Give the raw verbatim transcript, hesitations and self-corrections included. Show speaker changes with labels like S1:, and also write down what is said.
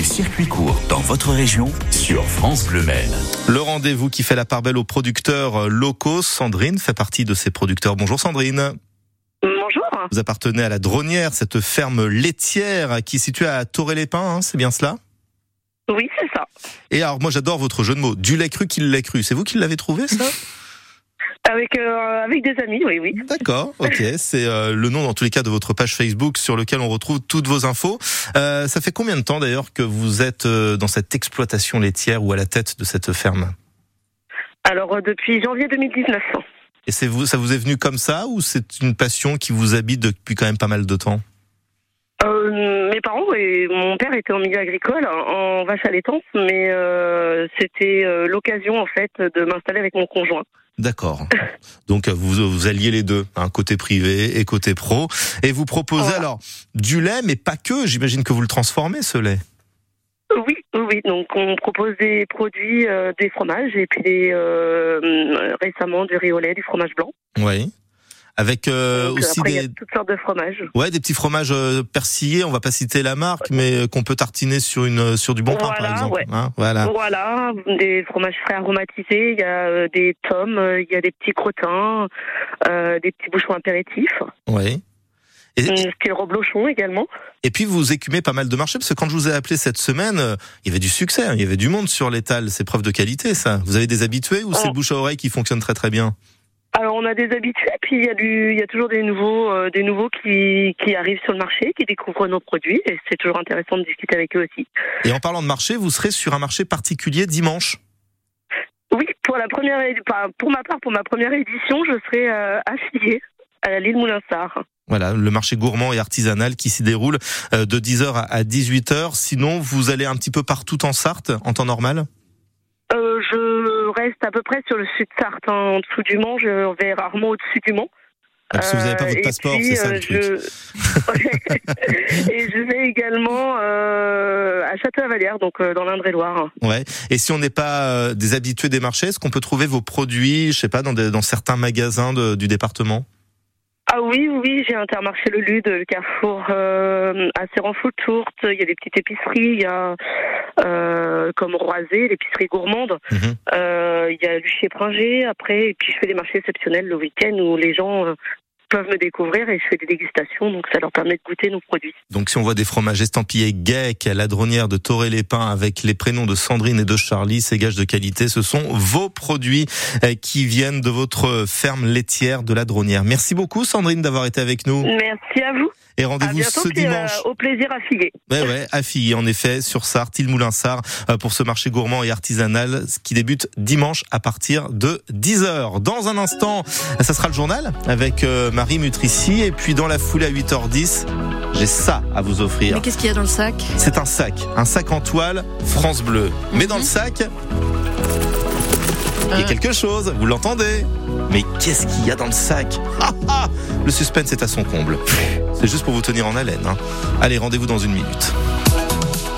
S1: circuits courts dans votre région sur France Bleu Maine.
S2: Le rendez-vous qui fait la part belle aux producteurs locaux. Sandrine fait partie de ces producteurs. Bonjour Sandrine.
S3: Bonjour.
S2: Vous appartenez à la Dronnière, cette ferme laitière qui est située à Thoré-les-Pins, hein, c'est bien cela ?
S3: Oui, c'est ça.
S2: Et alors moi j'adore votre jeu de mots. Du lait cru qu'il l'ait cru. C'est vous qui l'avez trouvé ça ?
S3: Avec euh, avec des amis, oui, oui.
S2: D'accord, ok. C'est euh, le nom, dans tous les cas, de votre page Facebook sur lequel on retrouve toutes vos infos. Euh, ça fait combien de temps, d'ailleurs, que vous êtes euh, dans cette exploitation laitière ou à la tête de cette ferme ?
S3: Alors, euh, depuis janvier deux mille dix-neuf.
S2: Et c'est vous, ça vous est venu comme ça ou c'est une passion qui vous habite depuis quand même pas mal de temps ?
S3: Euh, mes parents et mon père étaient en milieu agricole, en vache allaitance, mais euh, c'était euh, l'occasion, en fait, de m'installer avec mon conjoint. D'accord.
S2: Donc vous, vous alliez les deux, hein, côté privé et côté pro, et vous proposez voilà. alors du lait, mais pas que. J'imagine que vous le transformez ce lait.
S3: Oui, oui. Donc on propose des produits, euh, des fromages et puis des, euh, récemment du riz au lait, du fromage blanc.
S2: Oui. Avec euh,
S3: Donc,
S2: aussi
S3: après,
S2: des
S3: il y a toutes sortes de fromages.
S2: Ouais, des petits fromages euh, persillés. On va pas citer la marque, mais qu'on peut tartiner sur une sur du bon pain,
S3: voilà,
S2: par exemple.
S3: Ouais.
S2: Hein, voilà.
S3: Voilà, des fromages frais aromatisés. Il y a euh, des tomes, euh, il y a des petits crottins, euh, des petits bouchons apéritifs.
S2: Oui. Et,
S3: style reblochon également.
S2: Et puis vous écumez pas mal de marchés, parce que quand je vous ai appelé cette semaine, euh, il y avait du succès, hein, il y avait du monde sur l'étal. C'est preuve de qualité, ça. Vous avez des habitués ou oh. c'est le bouche à oreille qui fonctionne très très bien ?
S3: Alors on a des habitués, puis il y a du, il y a toujours des nouveaux, euh, des nouveaux qui qui arrivent sur le marché, qui découvrent nos produits, et c'est toujours intéressant de discuter avec eux aussi.
S2: Et en parlant de marché, vous serez sur un marché particulier dimanche ?
S3: Oui, pour la première, pour ma part, pour ma première édition, je serai euh, affiliée à l'île Moulinsart.
S2: Voilà, le marché gourmand et artisanal qui s'y déroule euh, de dix heures à dix-huit heures. Sinon, vous allez un petit peu partout en Sarthe en temps normal ?
S3: Euh, je reste à peu près sur le sud de Sarthe, hein. En dessous du Mans, je vais rarement au-dessus du Mans.
S2: Ah, parce que vous n'avez pas votre passeport, puis, c'est ça le truc.
S3: Je... et je vais également euh, à Château-Lavalière, donc euh, dans l'Indre-et-Loire.
S2: Ouais. Et si on n'est pas euh, des habitués des marchés, est-ce qu'on peut trouver vos produits, je sais pas, dans, des, dans certains magasins de, du département ?
S3: Ah oui, oui, j'ai Intermarché Le Lude, le Carrefour euh, à Serran-Foutourte, il y a des petites épiceries, il y a euh, comme Roisé, l'épicerie gourmande, mmh. euh, il y a Luchier-Pringé, après, et puis je fais des marchés exceptionnels le week-end où les gens euh, peuvent me découvrir et je fais des dégustations, donc ça leur permet de goûter nos produits.
S2: Donc si on voit des fromages estampillés Geck à la Dronnière de Thoré-les-Pins avec les prénoms de Sandrine et de Charlie, c'est gage de qualité, ce sont vos produits qui viennent de votre ferme laitière de la Dronnière. Merci beaucoup Sandrine d'avoir été avec nous.
S3: Merci à vous.
S2: Et rendez-vous
S3: bientôt,
S2: ce dimanche.
S3: Euh, au plaisir à Figuer.
S2: Ouais, ouais, à Figuer, en effet, sur Sarthe, île Moulinsart, pour ce marché gourmand et artisanal, qui débute dimanche à partir de dix heures. Dans un instant, ça sera le journal avec Marie Mutrici, et puis dans la foulée à huit heures dix, j'ai ça à vous offrir.
S4: Mais qu'est-ce qu'il y a dans le sac ?
S2: C'est un sac, un sac en toile France Bleu. Mm-hmm. Mais dans le sac, il y a quelque chose, vous l'entendez ? Mais qu'est-ce qu'il y a dans le sac ? ah, ah Le suspense est à son comble. C'est juste pour vous tenir en haleine. Hein. Allez, rendez-vous dans une minute.